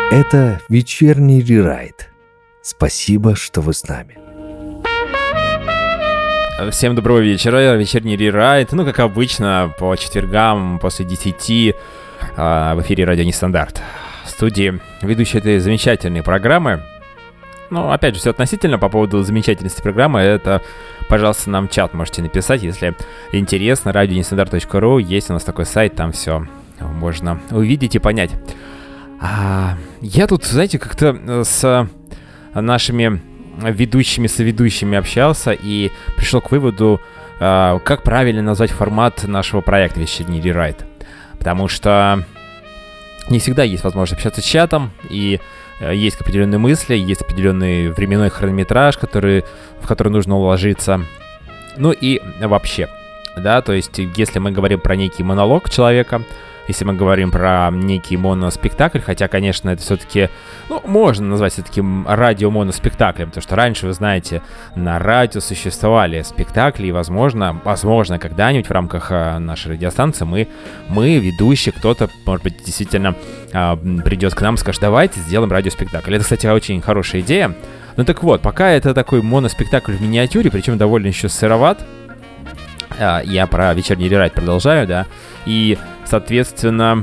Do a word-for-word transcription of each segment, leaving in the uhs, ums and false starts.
Это вечерний рерайт. Спасибо, что вы с нами. Всем доброго вечера, вечерний рерайт. Ну, как обычно, по четвергам после десяти э, в эфире радио Нестандарт. В студии ведущий этой замечательной программы. Ну, опять же, все относительно по поводу замечательности программы. Это, пожалуйста, нам чат можете написать, если интересно. радио нестандарт точка ру, есть у нас такой сайт, там все можно увидеть и понять. А, я тут, знаете, как-то с нашими ведущими, соведущими общался и пришел к выводу, а, как правильно назвать формат нашего проекта «Вечерний рерайт». Потому что не всегда есть возможность общаться с чатом, и есть определенные мысли, есть определенный временной хронометраж, который, в который нужно уложиться. Ну и вообще, да, то есть если мы говорим про некий монолог человека, если мы говорим про некий моноспектакль, хотя, конечно, это все-таки, ну, можно назвать все-таки радио-моноспектаклем, потому что раньше, вы знаете, на радио существовали спектакли, и, возможно, возможно, когда-нибудь в рамках а, нашей радиостанции мы, мы, ведущие, кто-то, может быть, действительно а, придет к нам и скажет, давайте сделаем радиоспектакль. Это, кстати, очень хорошая идея. Ну так вот, пока это такой моноспектакль в миниатюре, причем довольно еще сыроват, я про вечерний рерайт продолжаю, да, и, соответственно,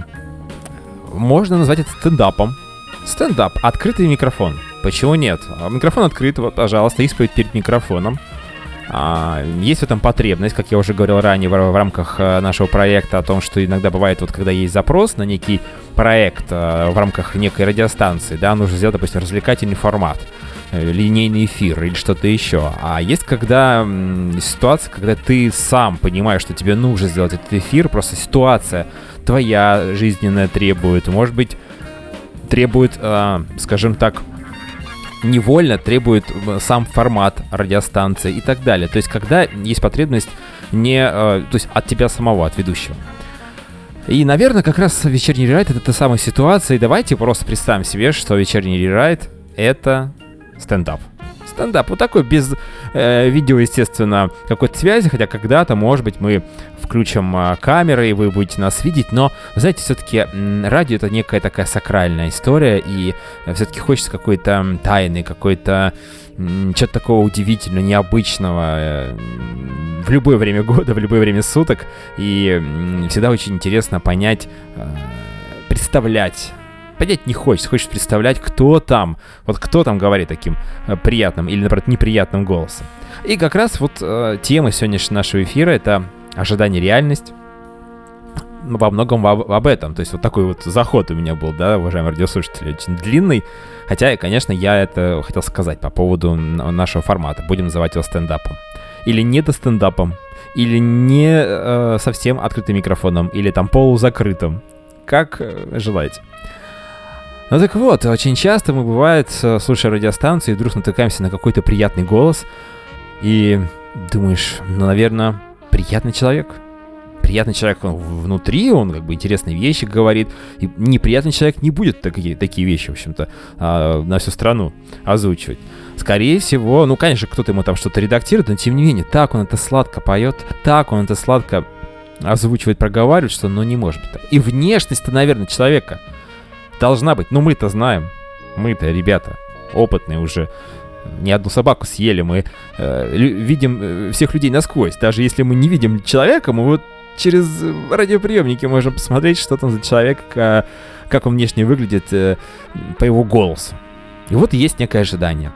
можно назвать это стендапом. Стендап, открытый микрофон. Почему нет? Микрофон открыт, вот, пожалуйста, исповедь перед микрофоном. А, есть в этом потребность, как я уже говорил ранее, в, в рамках нашего проекта о том, что иногда бывает, вот когда есть запрос на некий проект а, в рамках некой радиостанции, да, нужно сделать, допустим, развлекательный формат, линейный эфир или что-то еще. А есть когда м, ситуация, когда ты сам понимаешь, что тебе нужно сделать этот эфир, просто ситуация твоя жизненная требует, может быть, требует, э, скажем так, невольно требует сам формат радиостанции и так далее. То есть когда есть потребность не, э, то есть от тебя самого, от ведущего. И, наверное, как раз вечерний рерайт — это та самая ситуация. И давайте просто представим себе, что вечерний рерайт — это стендап. Стендап. Вот такой, без э, видео, естественно, какой-то связи, хотя когда-то, может быть, мы включим э, камеры, и вы будете нас видеть, но, знаете, все-таки м, радио — это некая такая сакральная история, и э, все-таки хочется какой-то тайны, какой-то м, чего-то такого удивительного, необычного э, в любое время года, в любое время суток, и м, всегда очень интересно понять, э, представлять. Понять не хочется, хочешь представлять, кто там, вот кто там говорит таким э, приятным или, наоборот, неприятным голосом. И как раз вот э, тема сегодняшнего нашего эфира — это ожидание, реальность. Ну, во многом об, об этом. То есть вот такой вот заход у меня был, да, уважаемые радиослушатели, очень длинный. Хотя, конечно, я это хотел сказать по поводу нашего формата. Будем называть его стендапом. Или недостендапом, или не э, совсем открытым микрофоном, или там полузакрытым. Как э, желаете. Ну так вот, очень часто мы, бывает, слушая радиостанции, вдруг натыкаемся на какой-то приятный голос и думаешь, ну, наверное, приятный человек. Приятный человек он внутри, он как бы интересные вещи говорит, и неприятный человек не будет такие, такие вещи, в общем-то, на всю страну озвучивать. Скорее всего, ну, конечно, кто-то ему там что-то редактирует, но тем не менее, так он это сладко поет, так он это сладко озвучивает, проговаривает, что ну не может быть так. И внешность-то, наверное, человека должна быть. Ну, мы-то знаем. Мы-то, ребята, опытные уже. Не одну собаку съели. Мы э, лю- видим э, всех людей насквозь. Даже если мы не видим человека, мы вот через радиоприемники можем посмотреть, что там за человек, э, как он внешне выглядит э, по его голосу. И вот есть некое ожидание.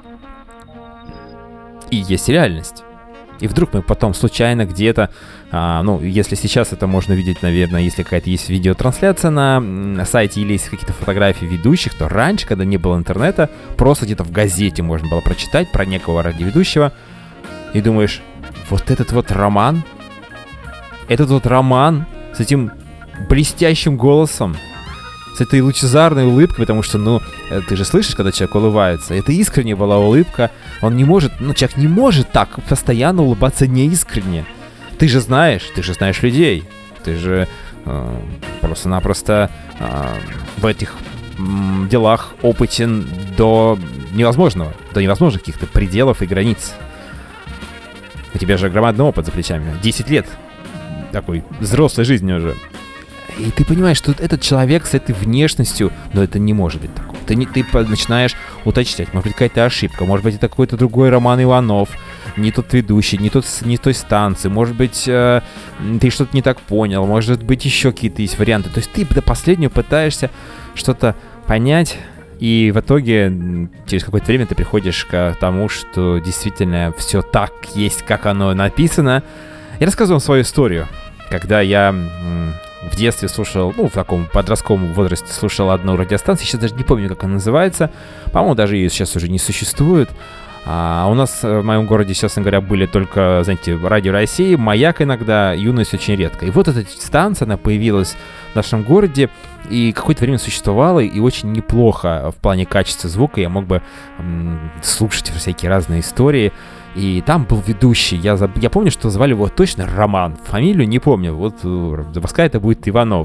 И есть реальность. И вдруг мы потом случайно где-то, а, ну, если сейчас это можно видеть, наверное, если какая-то есть видеотрансляция на, на сайте или есть какие-то фотографии ведущих, то раньше, когда не было интернета, просто где-то в газете можно было прочитать про некого радиоведущего. И думаешь, вот этот вот роман, этот вот роман с этим блестящим голосом, с этой лучезарной улыбкой, потому что, ну, ты же слышишь, когда человек улыбается, это искренне была улыбка, он не может, ну, человек не может так постоянно улыбаться неискренне. Ты же знаешь, ты же знаешь людей, ты же э, просто-напросто э, в этих м, делах опытен до невозможного, до невозможных каких-то пределов и границ. У тебя же громадный опыт за плечами, десять лет такой взрослой жизни уже. И ты понимаешь, что этот человек с этой внешностью, но это не может быть такого. Ты, не, ты начинаешь уточнять, может быть, какая-то ошибка, может быть, это какой-то другой Роман Иванов, не тот ведущий, не, тот, не той станции, может быть, э, ты что-то не так понял, может быть, еще какие-то есть варианты. То есть ты до последнего пытаешься что-то понять, и в итоге через какое-то время ты приходишь к тому, что действительно все так есть, как оно написано. Я рассказывал вам свою историю, когда я в детстве слушал, ну, в таком подростковом возрасте слушал одну радиостанцию, сейчас даже не помню, как она называется, по-моему, даже ее сейчас уже не существует. А у нас в моем городе, честно говоря, были только, знаете, Радио России, Маяк иногда, Юность очень редко. И вот эта станция, она появилась в нашем городе и какое-то время существовала, и очень неплохо в плане качества звука. Я мог бы м- слушать всякие разные истории. И там был ведущий, я, заб... я помню, что звали его точно Роман, фамилию не помню, вот пускай это будет Иванов.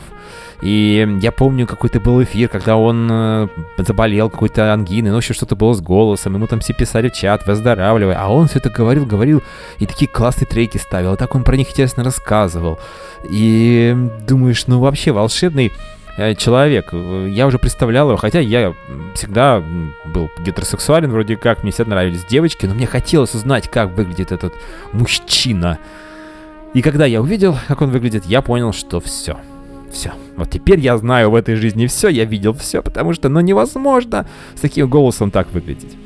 И я помню, какой-то был эфир, когда он э, заболел какой-то ангиной, ну, еще что-то было с голосом, ему там все писали в чат, выздоравливай, а он все это говорил, говорил, и такие классные треки ставил, и так он про них интересно рассказывал. И думаешь, ну, вообще волшебный человек. Я уже представлял его, хотя я всегда был гетеросексуален, вроде как, мне всегда нравились девочки, но мне хотелось узнать, как выглядит этот мужчина. И когда я увидел, как он выглядит, я понял, что все. Все. Вот теперь я знаю в этой жизни все, я видел все, потому что, ну, невозможно с таким голосом так выглядеть.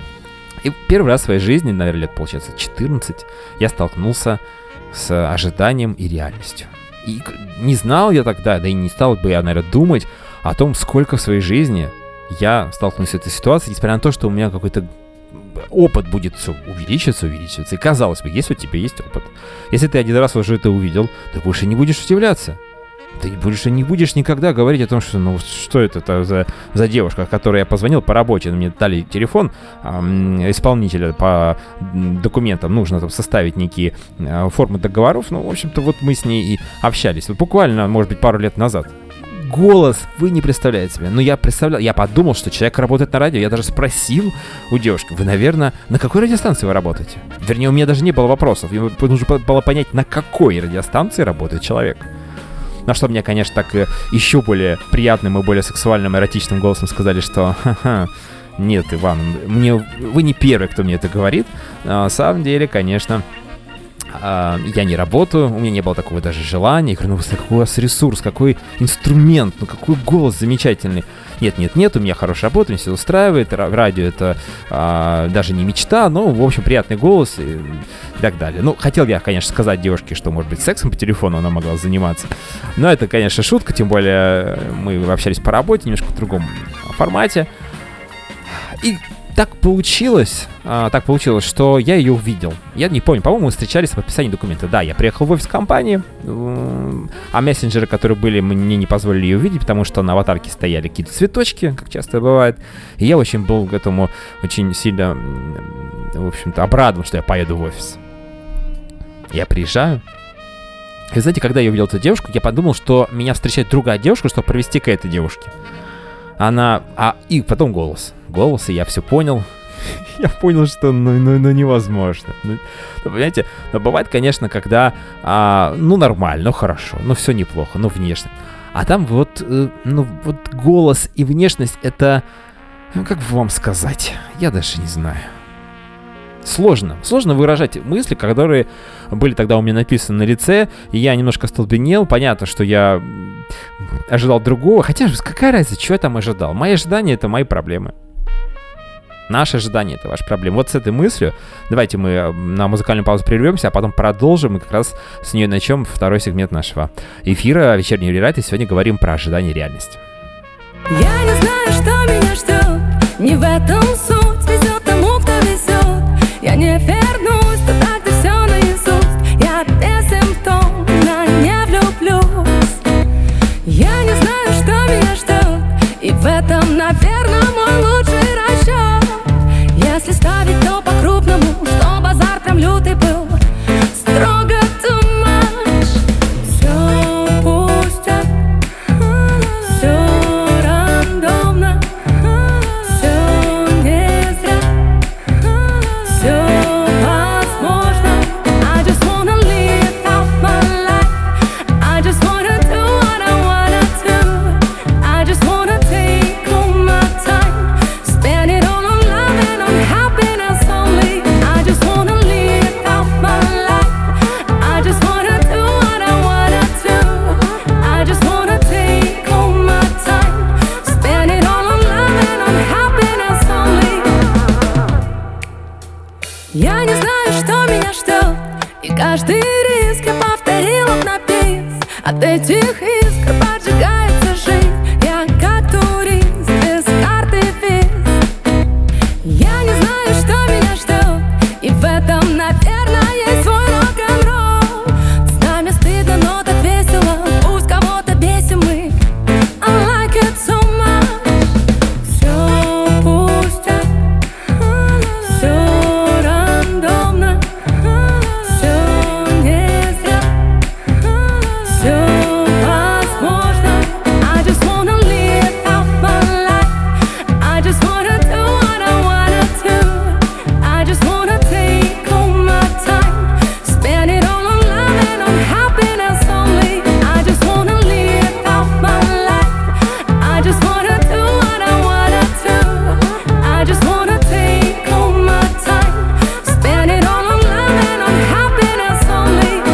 И первый раз в своей жизни, наверное, лет, получается, четырнадцать, я столкнулся с ожиданием и реальностью. И не знал я тогда, да и не стал бы я, наверное, думать о том, сколько в своей жизни я столкнусь с этой ситуацией, несмотря на то, что у меня какой-то опыт будет все увеличиваться, увеличиваться. И казалось бы, если у тебя есть опыт, если ты один раз уже это увидел, ты больше не будешь удивляться. Ты больше не будешь никогда говорить о том, что, ну, что это за, за девушка, которой я позвонил по работе, мне дали телефон эм, исполнителя по документам, нужно там составить некие э, формы договоров, ну, в общем-то, вот мы с ней и общались, вот буквально, может быть, пару лет назад. Голос, вы не представляете себе, но я представлял, я подумал, что человек работает на радио, я даже спросил у девушки, вы, наверное, на какой радиостанции вы работаете? Вернее, у меня даже не было вопросов, мне нужно было понять, на какой радиостанции работает человек. На что мне, конечно, так еще более приятным и более сексуальным, эротичным голосом сказали, что ха-ха, нет, Иван, мне, вы не первый, кто мне это говорит. На самом деле, конечно, я не работаю, у меня не было такого даже желания. Я говорю, ну какой у вас ресурс, какой инструмент, ну какой голос замечательный. Нет, нет, нет, у меня хорошая работа, меня все устраивает, радио это а, даже не мечта, но, в общем, приятный голос и, и так далее. Ну, хотел я, конечно, сказать девушке, что, может быть, сексом по телефону она могла заниматься, но это, конечно, шутка, тем более мы общались по работе, немножко в другом формате. И так получилось, а, так получилось, что я ее увидел. Я не помню, по-моему, мы встречались в подписании документа. Да, я приехал в офис компании, а мессенджеры, которые были, мне не позволили ее увидеть, потому что на аватарке стояли какие-то цветочки, как часто бывает. И я очень был к этому очень сильно, в общем-то, обрадован, что я поеду в офис. Я приезжаю. И знаете, когда я увидел эту девушку, я подумал, что меня встречает другая девушка, чтобы провести к этой девушке. Она... А, и потом голос. Голос, и я все понял. Я понял, что ну, ну, ну невозможно. Ну, понимаете, но бывает, конечно, когда, а, ну, нормально, ну, хорошо, ну, все неплохо, ну, внешне. А там вот, э, ну, вот голос и внешность, это, ну, как вам сказать, я даже не знаю. Сложно, сложно выражать мысли, которые были тогда у меня написаны на лице, и я немножко остолбенел. Понятно, что я ожидал другого, хотя какая разница, что я там ожидал? Мои ожидания — это мои проблемы. Наши ожидания — это ваши проблемы. Вот с этой мыслью давайте мы на музыкальную паузу прервемся, а потом продолжим, и как раз с нее начнем второй сегмент нашего эфира «Вечерний рерайт», и сегодня говорим про ожидание реальности. Я не знаю, что меня ждет, не в этом суть, везет тому, кто везет. Я не вернусь туда, где все наизусть, я бессимптомно не влюблюсь. Я не знаю, что меня ждет, и в этом, наверное, мой лучший расчет. Если ставить, то по-крупному, что базар прям лютый был. Строго too much. Все пустят, все рандомно, все не зря, все возможно. I just wanna live out my life. I just wanna do what I wanna do. I just wanna take all my time. каждый риск я повторила б на бис. От этих искр поджигается жизнь. Я как турист без карты виз. Я не знаю, что меня ждет, и в этом, наверное, есть свой рок-н-ролл. С нами стыдно, но так весело. Пусть кого-то бесим мы. I like it so much. Все пустяк, все рандомно, все не зря, все возможно. I just wanna live out my life. I just wanna do what I wanna do. I just wanna take all my time, spend it all on love and on happiness only. I just wanna live out my life. I just wanna do what I wanna do. I just wanna take all my time, spend it all on love and on happiness only.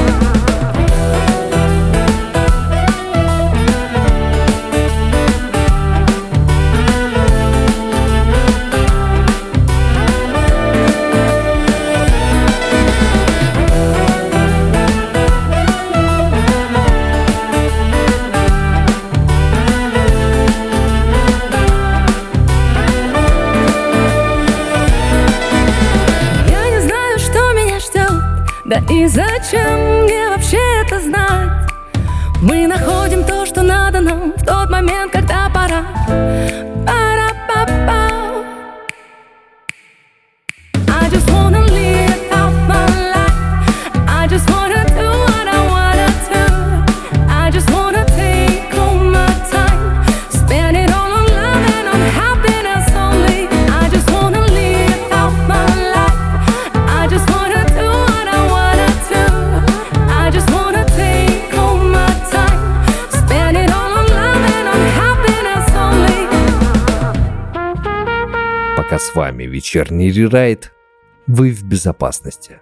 Я не знаю, что меня ждет, да и зачем мне вообще это знать. Мы находим то, что надо нам в тот момент, когда пора. Пара-па-па. I just wanna live out my life. I just wanna do what I wanna do. I just wanna take all my time, spend it all on love and on happiness only. I just wanna live out my life. I just wanna do what I wanna do. I just wanna take all my time, spend it all on love and on happiness only. Пока с вами вечерний рерайт, вы в безопасности.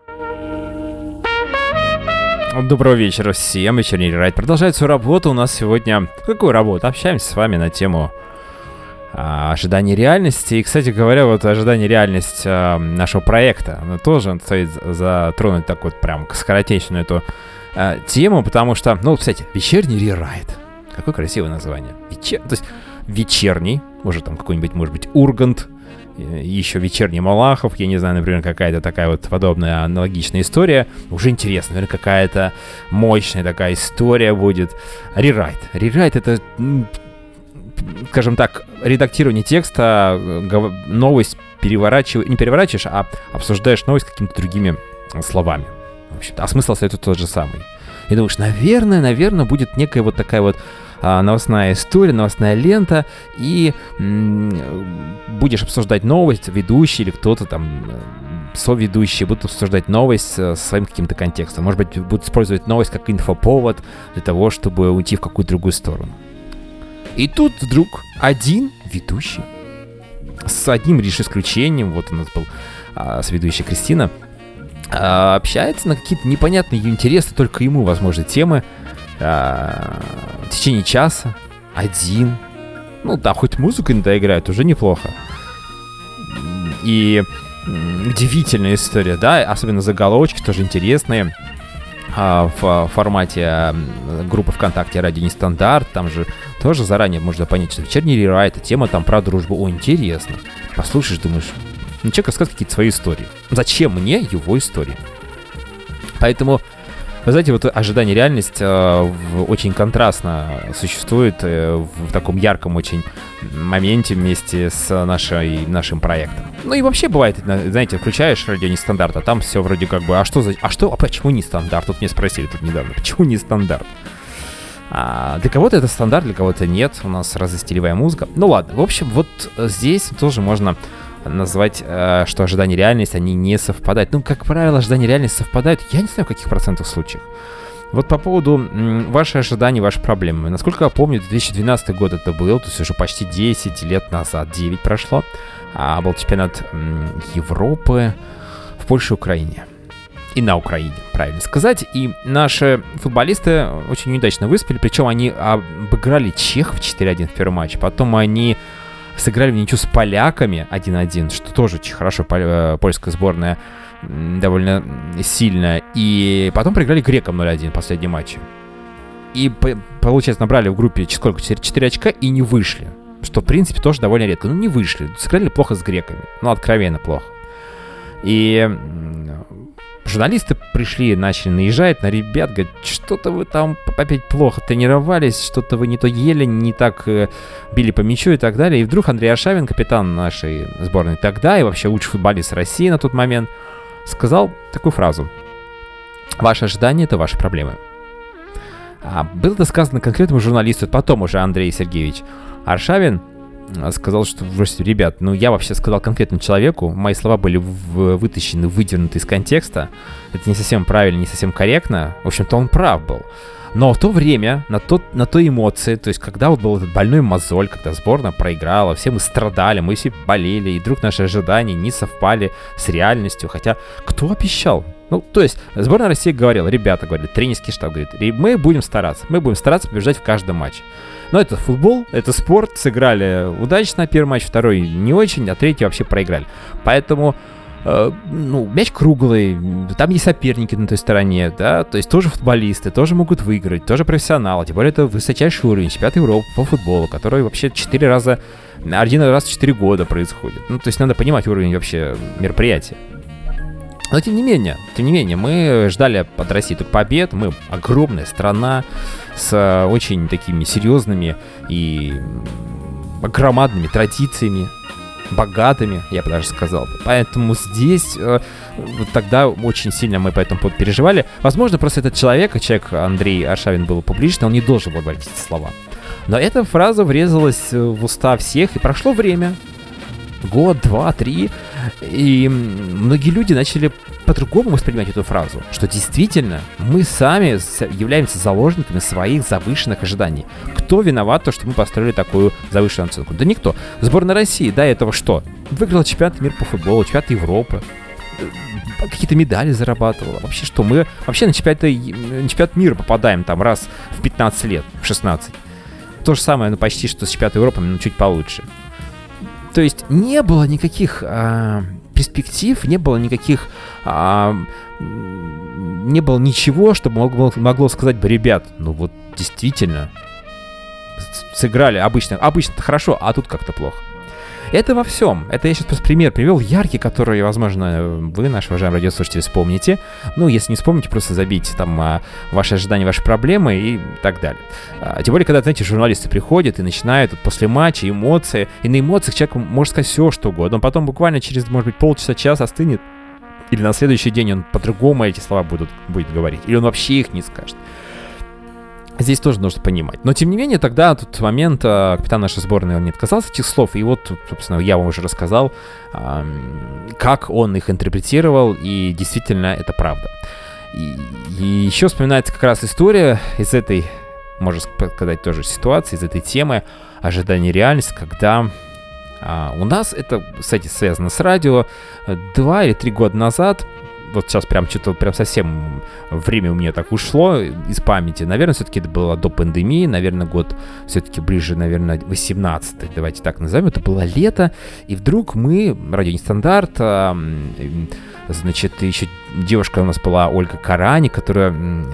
Доброго вечера всем, вечерний рерайт продолжает свою работу. У нас сегодня... Какую работу? Общаемся с вами на тему а, ожидания реальности. И, кстати говоря, вот ожидание реальности а, нашего проекта, оно тоже стоит затронуть так вот прям скоротечную эту а, тему, потому что, ну, кстати, вечерний рерайт. Какое красивое название. Вечер... То есть вечерний, может там какой-нибудь, может быть, Ургант, еще вечерний Малахов, я не знаю, например, какая-то такая вот подобная аналогичная история. Уже интересно, наверное, какая-то мощная такая история будет. Рерайт. Рерайт — это, скажем так, редактирование текста, новость переворачиваешь, не переворачиваешь, а обсуждаешь новость какими-то другими словами. В общем-то, а смысл остается тот же самый. И думаешь, наверное, наверное, будет некая вот такая вот а, новостная история, новостная лента, и м- будешь обсуждать новость, ведущий или кто-то там, соведущие будут обсуждать новость со своим каким-то контекстом. Может быть, будут использовать новость как инфоповод для того, чтобы уйти в какую-то другую сторону. И тут вдруг один ведущий, с одним лишь исключением, вот у нас был а, соведущая Кристина, а, общается на какие-то непонятные, интересные только ему, возможно, темы а, в течение часа, один. Ну да, хоть музыку иногда играет, уже неплохо. И м, удивительная история, да, особенно заголовочки тоже интересные. А, в формате а, группы ВКонтакте «Радио Нестандарт», там же тоже заранее можно понять, что вечерний рерайт, тема там про дружбу. О, интересно. Послушаешь, думаешь, ну человек рассказывает какие-то свои истории. Зачем мне его истории? Поэтому, вы знаете, вот ожидание реальность э, в, очень контрастно существует э, в таком ярком очень моменте вместе с нашей, нашим проектом. Ну и вообще бывает, знаете, включаешь «Радио Нестандарт», а там все вроде как бы, а что за, а что, а почему не стандарт? Тут мне спросили тут недавно, почему не стандарт? А для кого-то это стандарт, для кого-то нет, у нас разностилевая музыка. Ну ладно, в общем, вот здесь тоже можно назвать, что ожидания и реальность, они не совпадают. Ну, как правило, ожидания и реальность совпадают, я не знаю, в каких процентах случаев. Вот по поводу м, ваших ожиданий, ваших проблем. Насколько я помню, две тысячи двенадцатый год это был, то есть уже почти десять лет назад, девять прошло. А был чемпионат м, Европы в Польше и Украине. И на Украине, правильно сказать. И наши футболисты очень неудачно выступили, причем они обыграли чехов четыре один в первом матче. Потом они сыграли в ничью с поляками один один, что тоже очень хорошо польская сборная довольно сильно. И потом проиграли грекам ноль один в последнем матче. И, получается, набрали в группе сколько? четыре очка и не вышли. Что, в принципе, тоже довольно редко. Ну, не вышли. Сыграли плохо с греками. Ну, откровенно плохо. И журналисты пришли, начали наезжать на ребят, говорят, что-то вы там опять плохо тренировались, что-то вы не то ели, не так э, били по мячу и так далее. И вдруг Андрей Аршавин, капитан нашей сборной тогда и вообще лучший футболист России на тот момент, сказал такую фразу: «Ваши ожидания — это ваши проблемы». А было это сказано конкретному журналисту, потом уже Андрей Сергеевич Аршавин сказал, что, ребят, ну я вообще сказал конкретному человеку, мои слова были в, вытащены, выдернуты из контекста, это не совсем правильно, не совсем корректно, в общем-то он прав был. Но в то время, на, тот, на той эмоции, то есть когда вот был этот больной мозоль, когда сборная проиграла, все мы страдали, мы все болели, и вдруг наши ожидания не совпали с реальностью, хотя кто обещал? Ну, то есть сборная России говорила, ребята, говорили, тренерский штаб говорит, мы будем стараться, мы будем стараться побеждать в каждом матче. Но это футбол, это спорт, сыграли удачно первый матч, второй не очень, а третий вообще проиграли. Поэтому, э, ну, мяч круглый, там есть соперники на той стороне, да, то есть тоже футболисты, тоже могут выиграть, тоже профессионалы, тем более это высочайший уровень, чемпионат Европы по футболу, который вообще четыре раза, один раз в четыре года происходит. Ну, то есть надо понимать уровень вообще мероприятия. Но тем не менее, тем не менее, мы ждали от России только побед. Мы огромная страна с очень такими серьезными и громадными традициями, богатыми, я бы даже сказал. Поэтому здесь э, вот тогда очень сильно мы по этому поводу переживали. Возможно, просто этот человек, человек Андрей Аршавин был публичный, он не должен был говорить эти слова. Но эта фраза врезалась в уста всех, и прошло время. Год, два, три, и многие люди начали по-другому воспринимать эту фразу, что действительно мы сами являемся заложниками своих завышенных ожиданий. Кто виноват, то, что мы построили такую завышенную оценку? Да никто. Сборная России до этого что? Выиграла чемпионат мира по футболу, чемпионат Европы, какие-то медали зарабатывала. Вообще что? Мы вообще на чемпионат, на чемпионат мира попадаем там раз в пятнадцать лет, в шестнадцать. То же самое, ну почти что с чемпионатом Европы, но чуть получше. То есть не было никаких а, перспектив, не было никаких, а, не было ничего, что могло, могло сказать бы, ребят, ну вот действительно, сыграли обычно, обычно-то хорошо, а тут как-то плохо. Это во всем. Это я сейчас просто пример привел, яркий, который, возможно, вы, наши уважаемые радиослушатели, вспомните. Ну, если не вспомните, просто забейте там а, ваши ожидания, ваши проблемы и так далее. А, тем более, когда, знаете, журналисты приходят и начинают вот, после матча эмоции, и на эмоциях человек может сказать все, что угодно. Он потом буквально через, может быть, полчаса-час остынет, или на следующий день он по-другому эти слова будут, будет говорить, или он вообще их не скажет. Здесь тоже нужно понимать. Но, тем не менее, тогда, в тот момент, э, капитан нашей сборной, он не отказался от этих слов. И вот, собственно, я вам уже рассказал, э, как он их интерпретировал. И действительно, это правда. И, и еще вспоминается как раз история из этой, можно сказать, тоже ситуации, из этой темы ожидания реальности, когда э, у нас это, кстати, связано с радио, два или три года назад. Вот сейчас прям что-то прям совсем время у меня так ушло из памяти. Наверное, все-таки это было до пандемии. Наверное, год все-таки ближе, наверное, восемнадцатый. Давайте так назовем. Это было лето. И вдруг мы, радио Нестандарт, значит, еще девушка у нас была Ольга Карани, которая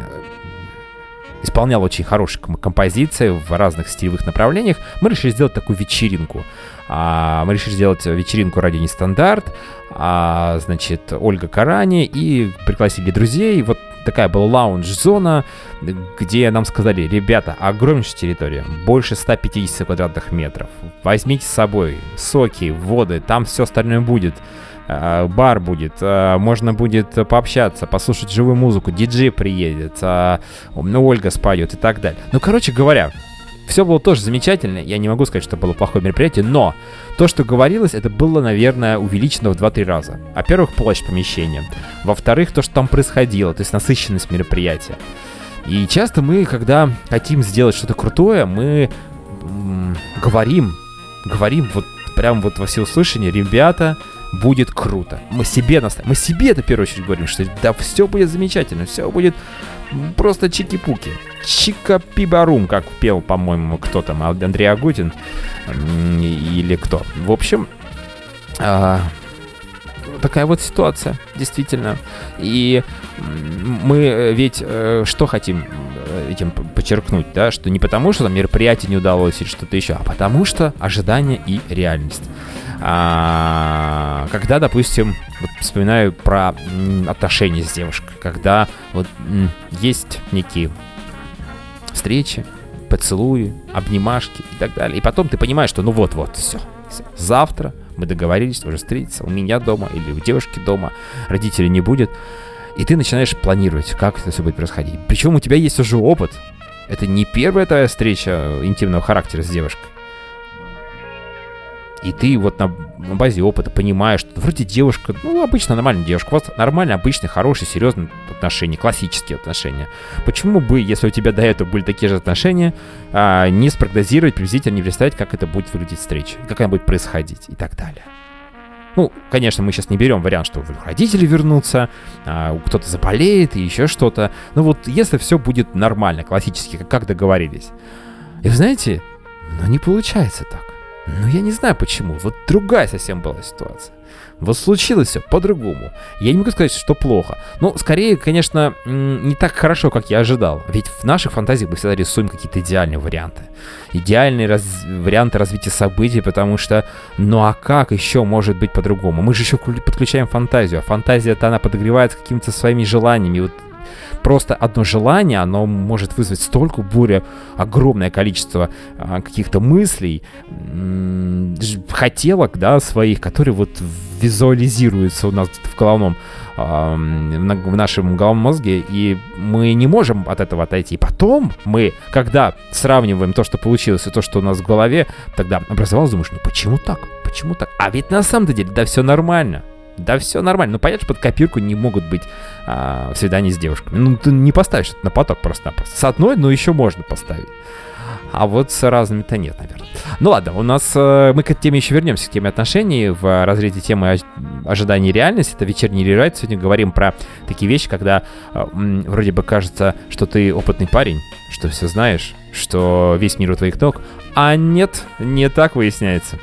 исполняла очень хорошие композиции в разных стилевых направлениях. Мы решили сделать такую вечеринку. А, мы решили сделать вечеринку «Радио Нестандарт», а, значит, Ольга Карани, и пригласили друзей. Вот такая была лаунж-зона, где нам сказали, ребята, огромнейшая территория, больше ста пятидесяти квадратных метров. Возьмите с собой соки, воды, там все остальное будет. А, бар будет, а, можно будет пообщаться, послушать живую музыку, диджей приедет, а, ну, Ольга споет и так далее. Ну, короче говоря, все было тоже замечательно, я не могу сказать, что было плохое мероприятие, но то, что говорилось, это было, наверное, увеличено в два-три раза. Во-первых, площадь помещения. Во-вторых, то, что там происходило, то есть насыщенность мероприятия. И часто мы, когда хотим сделать что-то крутое, мы м- говорим, говорим вот прям вот во всеуслышание, ребята, будет круто. Мы себе наставим, мы себе это в первую очередь говорим, что да, все будет замечательно, все будет просто чики-пуки. Чика-пибарум, как пел, по-моему, кто там, Андрей Агутин или кто. В общем, а, такая вот ситуация, действительно. И мы ведь что хотим этим подчеркнуть, да, что не потому, что там мероприятие не удалось или что-то еще, а потому что ожидание и реальность. А, когда, допустим, вот вспоминаю про м, отношения с девушкой, когда вот м, есть некие встречи, поцелуи, обнимашки и так далее, и потом ты понимаешь, что ну вот-вот, все, все. Завтра мы договорились уже встретиться у меня дома или у девушки дома, родителей не будет, и ты начинаешь планировать, как это все будет происходить. Причем у тебя есть уже опыт. Это не первая твоя встреча интимного характера с девушкой. И ты вот на базе опыта понимаешь, что вроде девушка, ну, обычно нормальная девушка, у вас нормальные, обычные, хорошие, серьезные отношения, классические отношения. Почему бы, если у тебя до этого были такие же отношения, не спрогнозировать, приблизительно не представить, как это будет выглядеть встреча, как она будет происходить и так далее. Ну, конечно, мы сейчас не берем вариант, что родители вернутся, а, кто-то заболеет и еще что-то. Но вот если все будет нормально, классически, как, как договорились. И вы знаете, ну не получается так. Ну я не знаю почему. Вот другая совсем была ситуация. Вот случилось все по-другому. Я не могу сказать, что плохо. Но скорее, конечно, не так хорошо, как я ожидал. Ведь в наших фантазиях мы всегда рисуем какие-то идеальные варианты. Идеальные раз... варианты развития событий, потому что, ну а как еще может быть по-другому? Мы же еще подключаем фантазию, а фантазия-то она подогревается какими-то своими желаниями. Вот просто одно желание, оно может вызвать столько буря, огромное количество а, каких-то мыслей, м- хотелок, да, своих, которые вот визуализируются у нас в головном, а, в нашем головном мозге, и мы не можем от этого отойти. Потом мы, когда сравниваем то, что получилось, и то, что у нас в голове, тогда образовалось, думаешь, ну почему так? Почему так? А ведь на самом деле, да все нормально. Да все нормально. Ну, понятно, что под копирку не могут быть а, свидания с девушками. Ну, ты не поставишь это на поток просто-напросто. С одной, ну, еще можно поставить. А вот с разными-то нет, наверное. Ну, ладно, у нас... А, мы к этой теме еще вернемся, к теме отношений. В разрезе темы ожидания и реальности. Это вечерний рерайт. Сегодня говорим про такие вещи, когда а, м, вроде бы кажется, что ты опытный парень, что все знаешь, что весь мир у твоих ног. А нет, не так выясняется.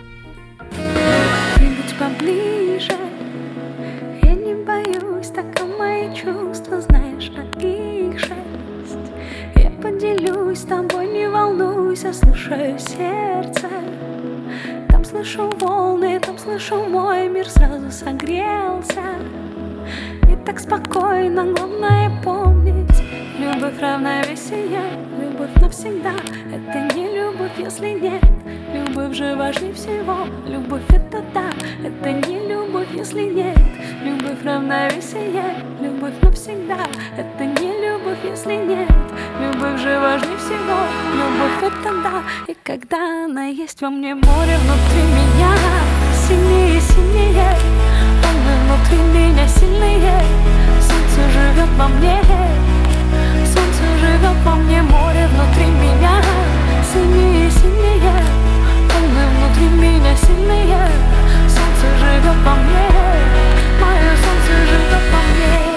С тобой не волнуйся, слушаю сердце. Там слышу волны, там слышу мой мир сразу согрелся. И так спокойно, главное помнить: любовь равновесие, любовь навсегда. Это не любовь, если нет. Любовь же важнее всего. Любовь это да, это не любовь, если нет. Любовь равновесие, любовь навсегда. Это не любовь, если нет. Любовь же важнее всего. Любовь это да. И когда она есть во мне, море внутри меня сильнее и сильнее. Волны внутри меня сильнее. Солнце живет во мне. Солнце живет во мне. Море внутри меня сильнее и сильнее. Волны внутри меня сильнее. Солнце живет во мне. Мое солнце живет во мне.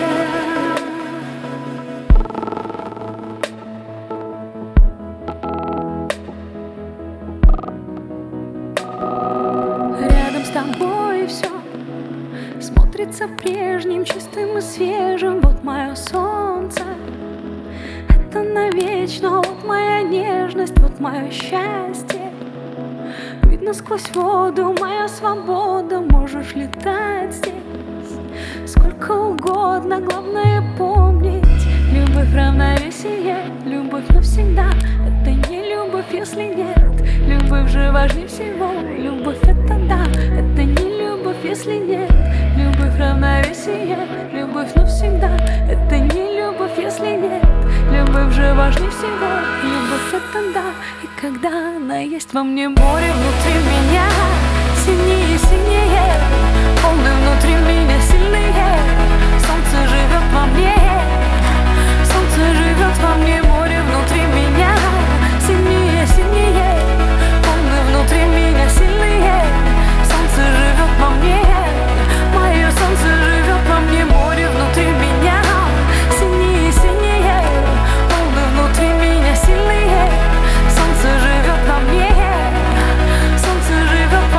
Смотрится прежним, чистым и свежим. Вот мое солнце, это навечно. Вот моя нежность, вот мое счастье. Видно сквозь воду, моя свобода. Можешь летать здесь сколько угодно, главное помнить: любовь равновесие, любовь навсегда. Это не любовь, если нет. Любовь же важнее всего. Любовь это да, это не любовь, если нет. Любовь равновесие, любовь навсегда. Это не любовь, если нет. Любовь же важнее всего. Любовь это да. И когда она есть во мне, море внутри меня сильнее и сильнее. Волны внутри меня сильнее. Солнце живет во мне. Солнце живет во мне. Море внутри меня сильнее и сильнее. Волны внутри меня сильнее. Солнце живет во мне. Мое солнце живет во мне. Море внутри меня сильнее и сильнее. Волны внутри меня сильнее. Солнце живет во мне. Солнце живет во мне.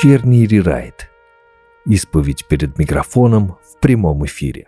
Вечерний рерайт. Исповедь перед микрофоном в прямом эфире.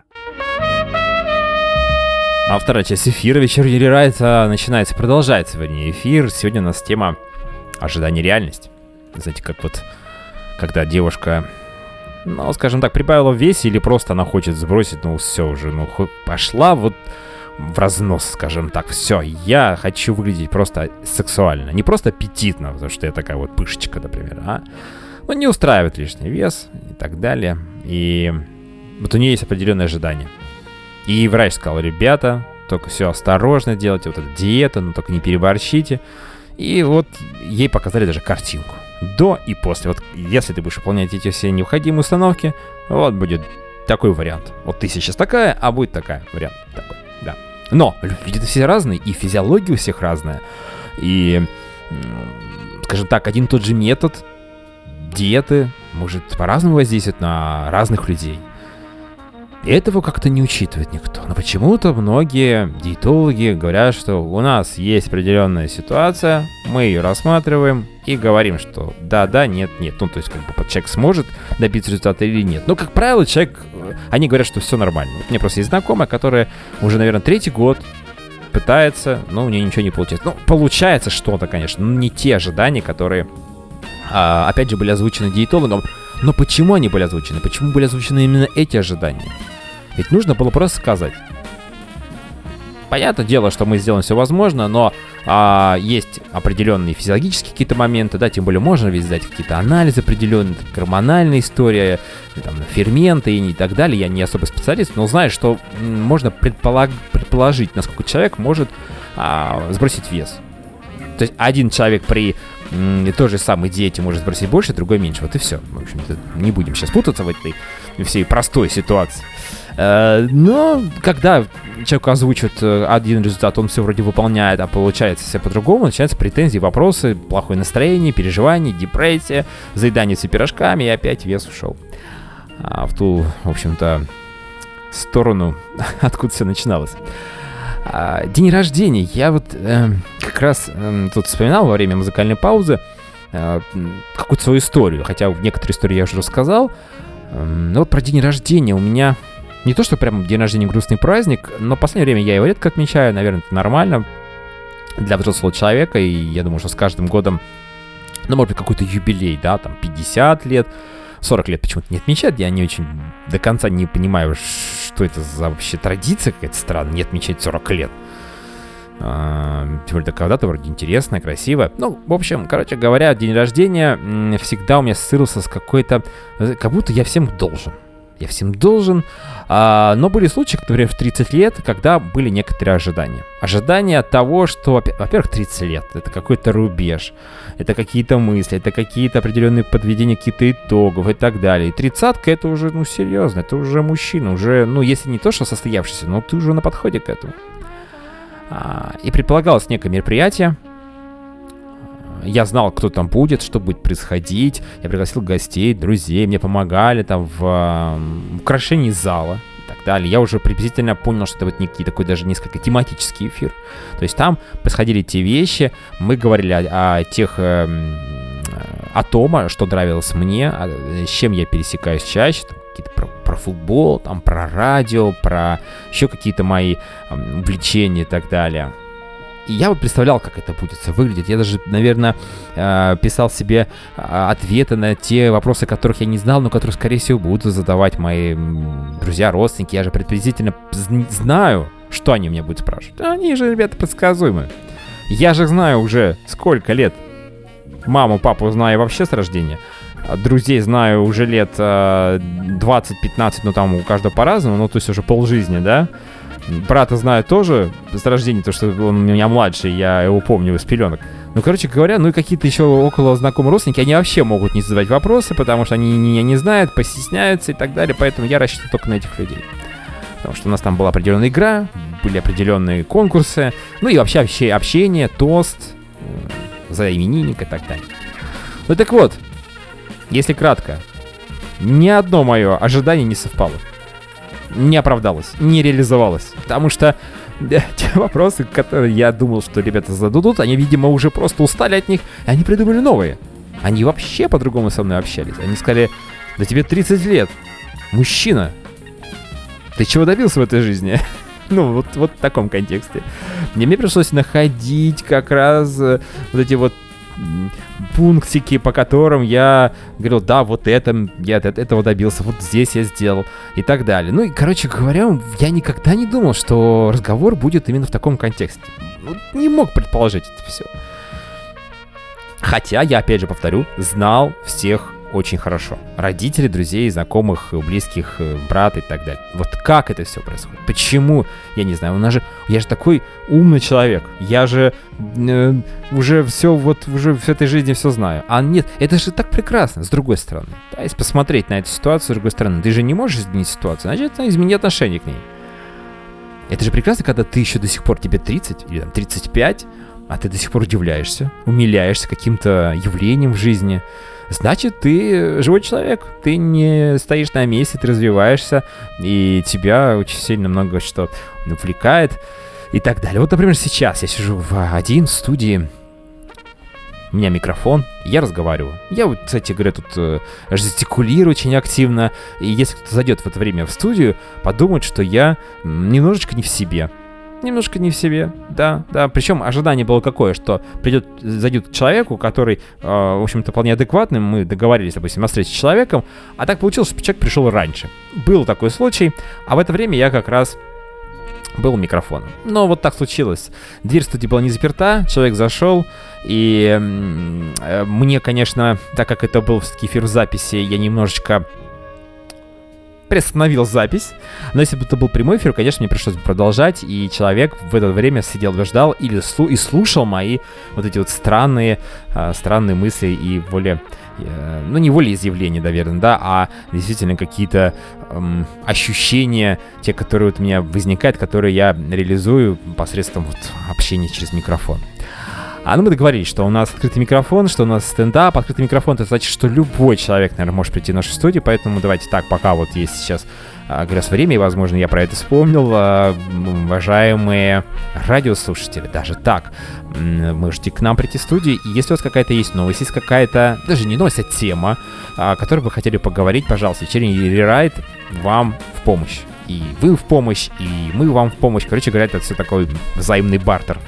А вторая часть эфира «Вечерний рерайт» начинается, продолжается, вернее, эфир. Сегодня у нас тема ожидание реальность. Знаете, как вот, когда девушка, ну, скажем так, прибавила в весе или просто она хочет сбросить, ну, все уже, ну, пошла вот в разнос, скажем так, все, я хочу выглядеть просто сексуально, не просто аппетитно, потому что я такая вот пышечка, например, а, ну, не устраивает лишний вес и так далее, и вот у нее есть определенные ожидания. И врач сказал: ребята, только все осторожно делайте, вот эта диета, но только не переборщите. И вот ей показали даже картинку до и после. Вот если ты будешь выполнять эти все необходимые установки, вот будет такой вариант. Вот ты сейчас такая, а будет такая вариант такой, да. Но люди все разные, и физиология у всех разная. И, скажем так, один и тот же метод диеты может по-разному воздействовать на разных людей. И этого как-то не учитывает никто. Но почему-то многие диетологи говорят, что у нас есть определенная ситуация, мы ее рассматриваем и говорим, что да-да, нет-нет. Ну, то есть, как бы человек сможет добиться результата или нет. Но, как правило, человек, они говорят, что все нормально. У меня просто есть знакомая, которая уже, наверное, третий год пытается, но у нее ничего не получается. Ну, получается что-то, конечно, но не те ожидания, которые, а, опять же, были озвучены диетологом. Но почему они были озвучены? Почему были озвучены именно эти ожидания? Ведь нужно было просто сказать. Понятное дело, что мы сделаем все возможное, но а, есть определенные физиологические какие-то моменты, да, тем более можно ведь сдать какие-то анализы определенные, гормональная история, там, ферменты и так далее. Я не особо специалист, но знаю, что можно предполаг... предположить, насколько человек может а, сбросить вес. То есть один человек при м, той же самой диете может сбросить больше, другой меньше. Вот и все. В общем-то, не будем сейчас путаться в этой всей простой ситуации. Э, но когда человеку озвучивают один результат, он все вроде выполняет, а получается все по-другому, начинаются претензии, вопросы, плохое настроение, переживания, депрессия, заедание все пирожками, и опять вес ушел а, в ту, в общем-то, сторону, откуда все начиналось. День рождения. Я вот э, как раз э, тут вспоминал во время музыкальной паузы э, какую-то свою историю. Хотя в некоторые истории я уже рассказал. Э, но вот про день рождения у меня не то, что прям день рождения грустный праздник, но в последнее время я его редко отмечаю. Наверное, это нормально для взрослого человека. И я думаю, что с каждым годом, ну, может быть, какой-то юбилей, да, там пятьдесят лет, сорок лет почему-то не отмечают. Я не очень до конца не понимаю, что это за вообще традиция какая-то странная, не отмечать сорок лет. А, тем более, когда-то вроде интересно, красиво. Ну, в общем, короче говоря, день рождения всегда у меня ассоциировался с какой-то... Как будто я всем должен. Я всем должен. А, но были случаи, например, в тридцать лет, когда были некоторые ожидания. Ожидания от того, что, во-первых, тридцать лет — это какой-то рубеж, это какие-то мысли, это какие-то определенные подведения каких-то итогов и так далее. И тридцатка — это уже, ну, серьезно, это уже мужчина, уже, ну, если не то, что состоявшийся, но ты уже на подходе к этому. А, и предполагалось некое мероприятие. Я знал, кто там будет, что будет происходить. Я пригласил гостей, друзей, мне помогали там в э, украшении зала и так далее. Я уже приблизительно понял, что это вот некий такой даже несколько тематический эфир. То есть там происходили те вещи, мы говорили о, о тех, э, о том, что нравилось мне, о, с чем я пересекаюсь чаще, там, какие-то про, про футбол, там, про радио, про еще какие-то мои э, увлечения и так далее. И я вот представлял, как это будет выглядеть. Я даже, наверное, писал себе ответы на те вопросы, которых я не знал, но которые, скорее всего, будут задавать мои друзья, родственники. Я же предположительно знаю, что они меня будут спрашивать. Они же, ребята, предсказуемые. Я же знаю уже сколько лет. Маму, папу знаю вообще с рождения. Друзей знаю уже лет двадцать-пятнадцать, ну там у каждого по-разному, ну то есть уже полжизни, да? Брата знаю тоже с рождения, то что он у меня младший, я его помню из пеленок. Ну, короче говоря, ну и какие-то еще около знакомые родственники, они вообще могут не задавать вопросы, потому что они меня не знают, постесняются и так далее, поэтому я рассчитываю только на этих людей. Потому что у нас там была определенная игра, были определенные конкурсы, ну и вообще общение, тост, за именинника и так далее. Ну так вот, если кратко, ни одно мое ожидание не совпало. Не оправдалось, не реализовалось. Потому что да, те вопросы, которые я думал, что ребята зададут, они, видимо, уже просто устали от них, и они придумали новые. Они вообще по-другому со мной общались. Они сказали: да тебе тридцать лет, мужчина, ты чего добился в этой жизни? Ну, вот, вот в таком контексте. Мне, мне пришлось находить как раз э, вот эти вот м, пунктики, по которым я говорил: да, вот это, я от этого добился, вот здесь я сделал и так далее. Ну и, короче говоря, я никогда не думал, что разговор будет именно в таком контексте. Ну, не мог предположить это все. Хотя, я опять же повторю, знал всех очень хорошо. Родителей, друзей, знакомых, близких, брата и так далее. Вот как это все происходит? Почему? Я не знаю. У нас же, я же такой умный человек. Я же э, уже все, вот уже в этой жизни все знаю. А нет, это же так прекрасно, с другой стороны. Да, если посмотреть на эту ситуацию с другой стороны, ты же не можешь изменить ситуацию, значит, измени отношение к ней. Это же прекрасно, когда ты еще до сих пор, тебе тридцать или там тридцать пять, а ты до сих пор удивляешься, умиляешься каким-то явлением в жизни. Значит, ты живой человек, ты не стоишь на месте, ты развиваешься, и тебя очень сильно много что увлекает и так далее. Вот, например, сейчас я сижу в один в студии, у меня микрофон, я разговариваю. Я вот, кстати говоря, тут э, жестикулирую очень активно, и если кто-то зайдет в это время в студию, подумает, что я немножечко не в себе. Немножко не в себе, да, да. Причем ожидание было какое, что придет, зайдет к человеку, который, э, в общем-то, вполне адекватным. Мы договорились, допустим, о встрече с человеком, а так получилось, что человек пришел раньше. Был такой случай, а в это время я как раз был микрофоном. Но вот так случилось. Дверь студии была не заперта, человек зашел, и э, мне, конечно, так как это был все-таки эфир в записи, я немножечко приостановил запись, но если бы это был прямой эфир, конечно, мне пришлось бы продолжать, и человек в это время сидел, ждал или слу- и слушал мои вот эти вот странные, э, странные мысли и воля, э, ну не волеизъявления, наверное, да, а действительно какие-то эм, ощущения, те, которые вот у меня возникают, которые я реализую посредством вот общения через микрофон. А ну мы договорились, что у нас открытый микрофон, что у нас стендап. Открытый микрофон — это значит, что любой человек, наверное, может прийти в нашу студию, поэтому давайте так, пока вот есть сейчас а, как раз время, и, возможно, я про это вспомнил. А, уважаемые радиослушатели, даже так, можете к нам прийти в студию, и если у вас какая-то есть новость, есть какая-то, даже не новость, а тема, о которой вы хотели поговорить, пожалуйста, вечерний рерайт вам в помощь. И вы в помощь, и мы вам в помощь. Короче говоря, это все такой взаимный бартер.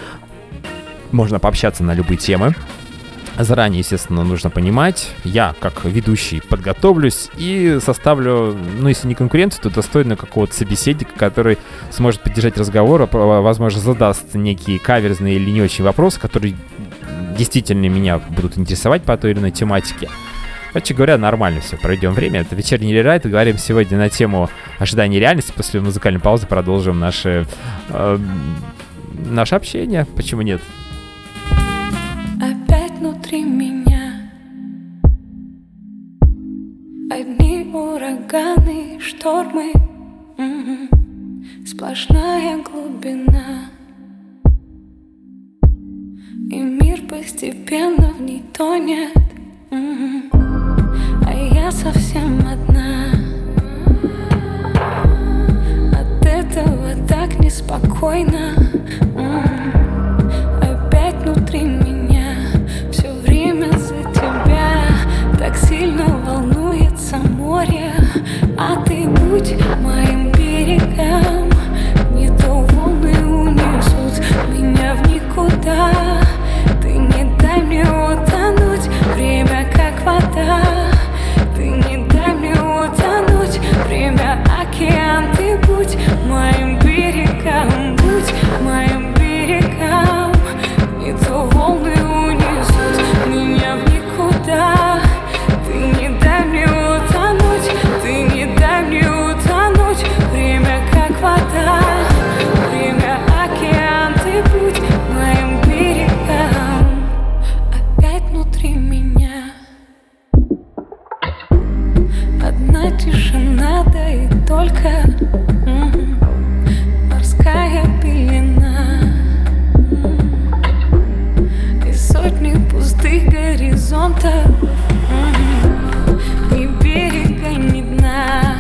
Можно пообщаться на любые темы. Заранее, естественно, нужно понимать. Я, как ведущий, подготовлюсь и составлю, ну, если не конкуренцию, то достойно какого-то собеседника, который сможет поддержать разговор, возможно, задаст некие каверзные или не очень вопросы, которые действительно меня будут интересовать по той или иной тематике. Короче говоря, нормально все, проведем время. Это вечерний рерайт. Говорим сегодня на тему ожидания реальности. После музыкальной паузы продолжим наше, э, наше общение. Почему нет? Опять внутри меня одни ураганы, штормы, м-м, сплошная глубина, и мир постепенно в ней тонет, м-м, а я совсем одна. От этого так неспокойно, м-м, опять внутри меня за тебя так сильно волнуется море, а ты будь моим берегом, не то волны унесут меня в никуда. Ты не дай мне утонуть, время как вода. Ты не дай мне утонуть, время океан. Ты будь моим берегом, будь моим берегом, не то волны унесут меня в никуда. Ты не дай мне утонуть, ты не дай мне утонуть, время как вода, время океан. Ты будь моим берегом, опять внутри меня одна тишина, да и только м-м, морская пелена и сотни пустых горизонтов, м-м, ни берега, ни дна,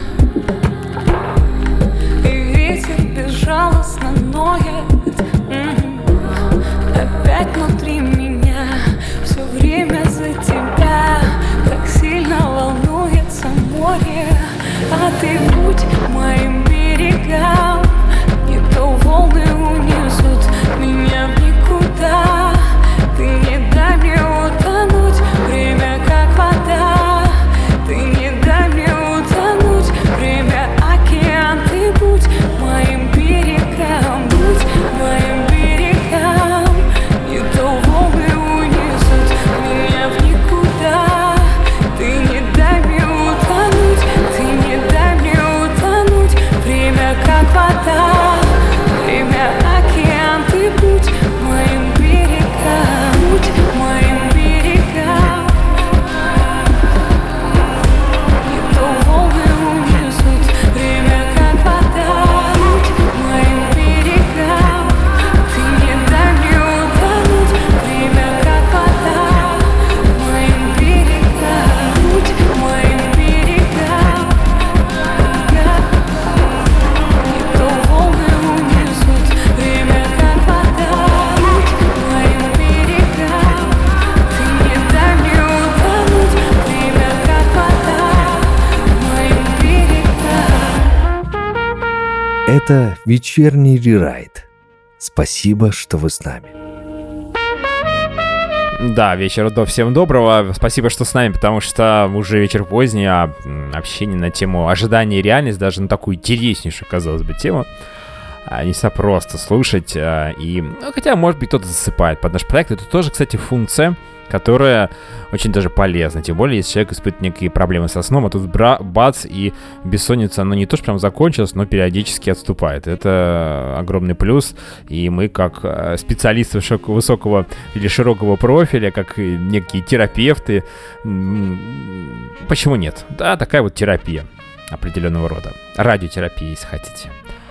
и ветер безжалостно ноет, м-м, опять внутри меня все время за океанты, путь моим берегам. Не то волны унесут меня в никуда. Ты не дай мне утонуть, время как вода. Ты не дай мне утонуть, время океан, ты будь моим берегам, будь моим берегам. Не то волны унесут меня в никуда. Ты не дай мне утонуть, ты не дай мне утонуть, время как вода. Время океан, ты будь моим берегам, будь моим берегам. Не то волны унесут время как вода. Будь моим берегам. Ты не дай мне утонуть, время как вода. Моим берегам, будь моим берегам. Не то волны унесут время как вода. Будь моим берегам. Ты не дай мне утонуть, время как вода. Моим берегам. Это вечерний рерайт. Спасибо, что вы с нами. Да, вечера до, всем доброго. Спасибо, что с нами, потому что уже вечер поздний, а м, общение на тему ожидания и реальность, даже на такую интереснейшую, казалось бы, тему, а, не всегда просто слушать. а, И, ну, хотя, может быть, кто-то засыпает под наш проект. Это тоже, кстати, функция, которая очень даже полезна. Тем более, если человек испытывает некие проблемы со сном, а тут бра- бац, и бессонница, она не то, что прям закончилась, но периодически отступает. Это огромный плюс. И мы, как э, специалисты широк- высокого или широкого профиля, как и некие терапевты, м, почему нет? Да, такая вот терапия определенного рода. Радиотерапия, если хотите.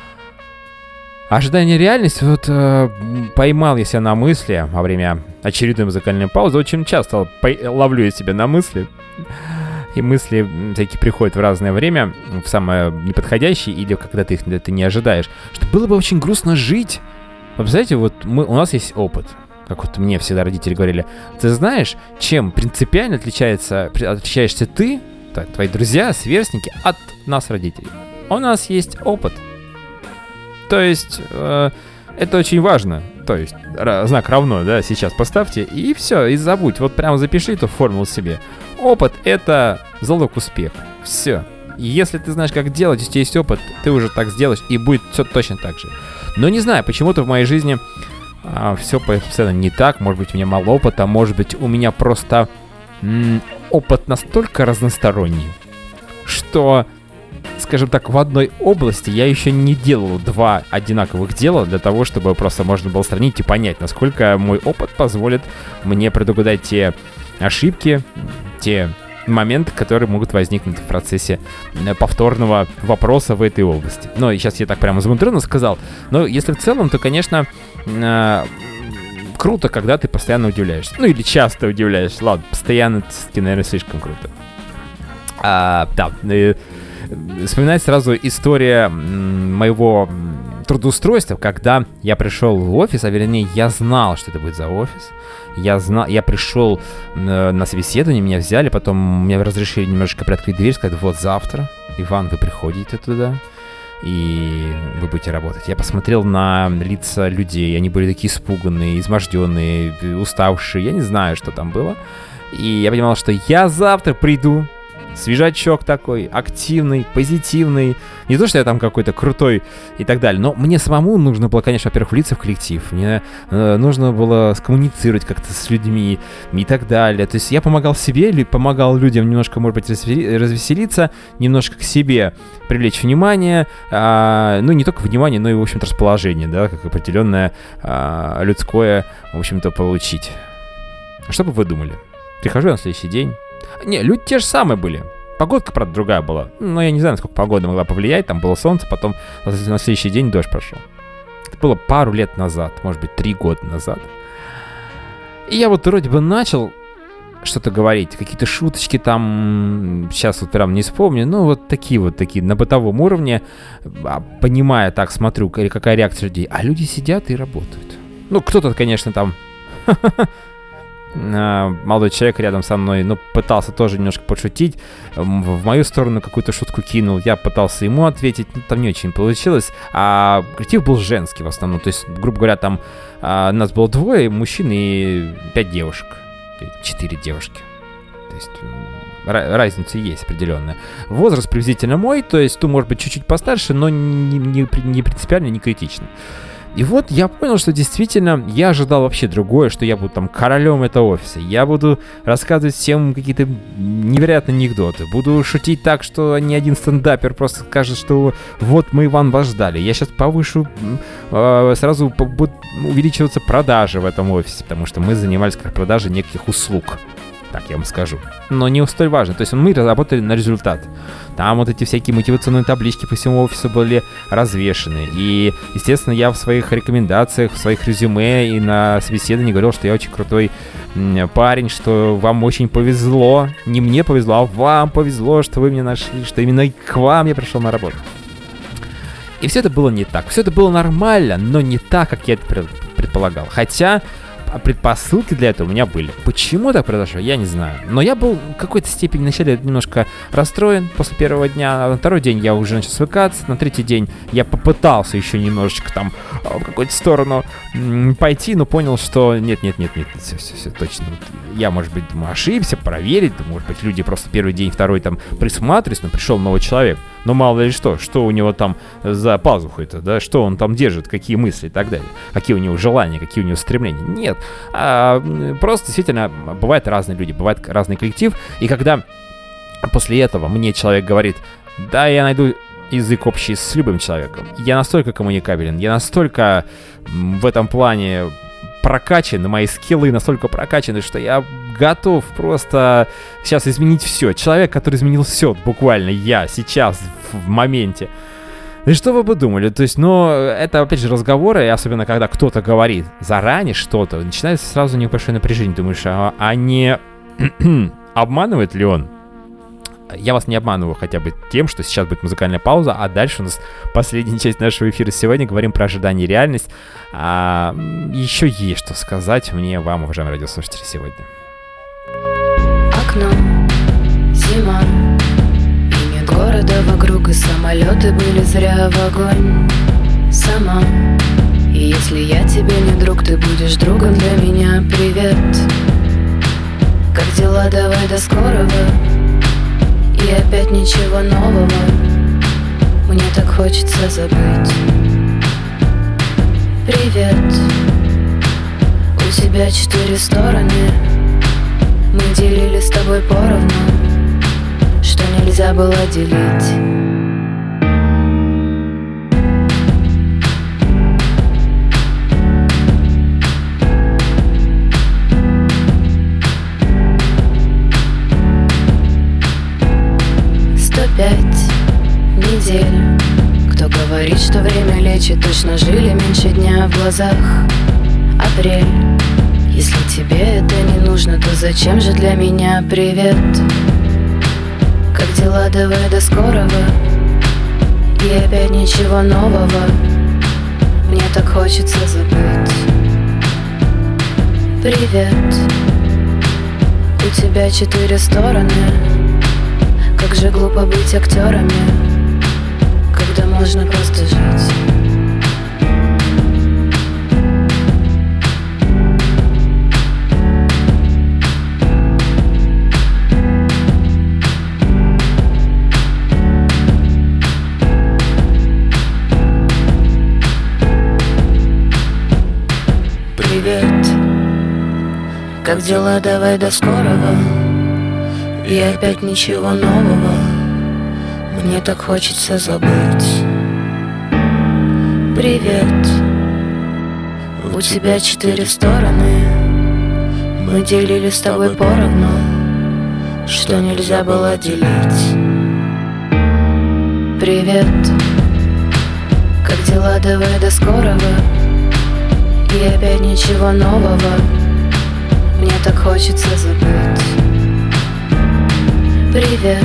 Ожидание реальности, вот э, поймал я себя на мысли во время очередной музыкальной паузы. Очень часто по- ловлю я себя на мысли. И мысли м, всякие приходят в разное время, в самое неподходящее, или когда ты их ты не ожидаешь. Что было бы очень грустно жить. Вы представляете, вот мы, у нас есть опыт. Как вот мне всегда родители говорили. Ты знаешь, чем принципиально отличается, при- отличаешься ты, так, твои друзья, сверстники, от нас, родителей? У нас есть опыт. То есть, э, это очень важно. То есть, ра- знак равно, да, сейчас поставьте, и все, и забудь. Вот прямо запиши эту формулу себе. Опыт — это залог успеха. Все. Если ты знаешь, как делать, если у тебя есть опыт, ты уже так сделаешь, и будет все точно так же. Но не знаю, почему-то в моей жизни а, все постоянно не так. Может быть, у меня мало опыта, может быть, у меня просто м- опыт настолько разносторонний, что, скажем так, в одной области я еще не делал два одинаковых дела для того, чтобы просто можно было сравнить и понять, насколько мой опыт позволит мне предугадать те ошибки, те моменты, которые могут возникнуть в процессе повторного вопроса в этой области. Но сейчас я так прямо замудренно сказал. Но если в целом, то, конечно, э, круто, когда ты постоянно удивляешься. Ну или часто удивляешься. Ладно, постоянно, наверное, слишком круто. А, да, э, вспоминает сразу история моего трудоустройства, когда я пришел в офис, а вернее я знал, что это будет за офис. Я знал, я пришел э, на собеседование, меня взяли, потом мне разрешили немножко приоткрыть дверь, сказать: вот завтра, Иван, вы приходите туда, и вы будете работать. Я посмотрел на лица людей, они были такие испуганные, изможденные, уставшие, я не знаю, что там было. И я понимал, что я завтра приду, свежачок такой, активный, позитивный. Не то, что я там какой-то крутой и так далее, но мне самому нужно было, конечно, во-первых, влиться в коллектив. Мне э, нужно было скоммуницировать как-то с людьми и так далее. То есть я помогал себе или помогал людям немножко, может быть, разве- развеселиться, немножко к себе привлечь внимание. Э, ну, не только внимание, но и, в общем-то, расположение, да, как определенное э, людское, в общем-то, получить. Что бы вы думали? Прихожу на следующий день. Не, люди те же самые были. Погодка, правда, другая была. Но я не знаю, насколько погода могла повлиять. Там было солнце, потом на следующий день дождь прошел. Это было пару лет назад, может быть, три года назад. И я вот вроде бы начал что-то говорить, какие-то шуточки там, сейчас вот прям не вспомню, ну вот такие вот, такие на бытовом уровне, понимая, так смотрю, какая реакция людей. А люди сидят и работают. Ну, кто-то, конечно, там молодой человек рядом со мной, ну, пытался тоже немножко пошутить, в мою сторону какую-то шутку кинул, я пытался ему ответить, ну, там не очень получилось, а коллектив был женский в основном, то есть, грубо говоря, там нас было двое, мужчин и пять девушек, четыре девушки, то есть разница есть определенная. Возраст приблизительно мой, то есть, tu, может быть, чуть-чуть постарше, но не, не, не принципиально, не критично. И вот я понял, что действительно я ожидал вообще другое, что я буду там королем этого офиса. Я буду рассказывать всем какие-то невероятные анекдоты. Буду шутить так, что ни один стендапер просто скажет, что вот мы, Иван, вас ждали. Я сейчас повышу, э, сразу будут увеличиваться продажи в этом офисе, потому что мы занимались как продажей неких услуг. Так я вам скажу. Но не столь важно. То есть мы работали на результат. Там вот эти всякие мотивационные таблички по всему офису были развешаны. И, естественно, я в своих рекомендациях, в своих резюме и на собеседовании говорил, что я очень крутой парень, что вам очень повезло. Не мне повезло, а вам повезло, что вы меня нашли, что именно к вам я пришел на работу. И все это было не так. Все это было нормально, но не так, как я это предполагал. Хотя предпосылки для этого у меня были. Почему так произошло, я не знаю. Но я был в какой-то степени вначале немножко расстроен после первого дня. А на второй день я уже начал свыкаться. На третий день я попытался еще немножечко там в какую-то сторону м- пойти, но понял, что нет-нет-нет-нет, все, все, все, точно. Я, может быть, думаю, ошибся, проверить. Может быть, люди просто первый день, второй там присматривались, но пришел новый человек. Но мало ли что, что у него там за пазухой-то, да, что он там держит, какие мысли и так далее. Какие у него желания, какие у него стремления. Нет. А, просто действительно бывают разные люди, бывает разный коллектив. И когда после этого мне человек говорит: да, я найду язык общий с любым человеком, я настолько коммуникабелен, я настолько в этом плане прокачан, мои скиллы настолько прокачаны, что я готов просто сейчас изменить все. Человек, который изменил все, буквально я сейчас в моменте. И что вы бы думали? То есть, ну, это, опять же, разговоры, и особенно, когда кто-то говорит заранее что-то, начинается сразу небольшое напряжение. Думаешь, а, а не обманывает ли он? Я вас не обманываю хотя бы тем, что сейчас будет музыкальная пауза, а дальше у нас последняя часть нашего эфира сегодня. Говорим про ожидание и реальность. А, еще есть что сказать мне, вам, уважаемые радиослушатели, сегодня. Окно, зима, и нет города вокруг, и самолеты были зря в огонь. Сама, и если я тебе не друг, ты будешь другом для меня. Привет, как дела, давай до скорого. И опять ничего нового, мне так хочется забыть. Привет, у тебя четыре стороны, мы делили с тобой поровну, что нельзя было делить. Пять недель. Кто говорит, что время лечит, точно жили меньше дня в глазах. Апрель. Если тебе это не нужно, то зачем же для меня привет? Как дела, давай до скорого. И опять ничего нового, мне так хочется забыть. Привет, у тебя четыре стороны. Как же глупо быть актерами, когда можно просто жить. Привет, как дела, давай до скорого. И опять ничего нового, мне так хочется забыть. Привет, у тебя четыре стороны, мы делили с тобой поровну, что нельзя было делить. Привет, как дела, давай до скорого. И опять ничего нового, мне так хочется забыть. Привет,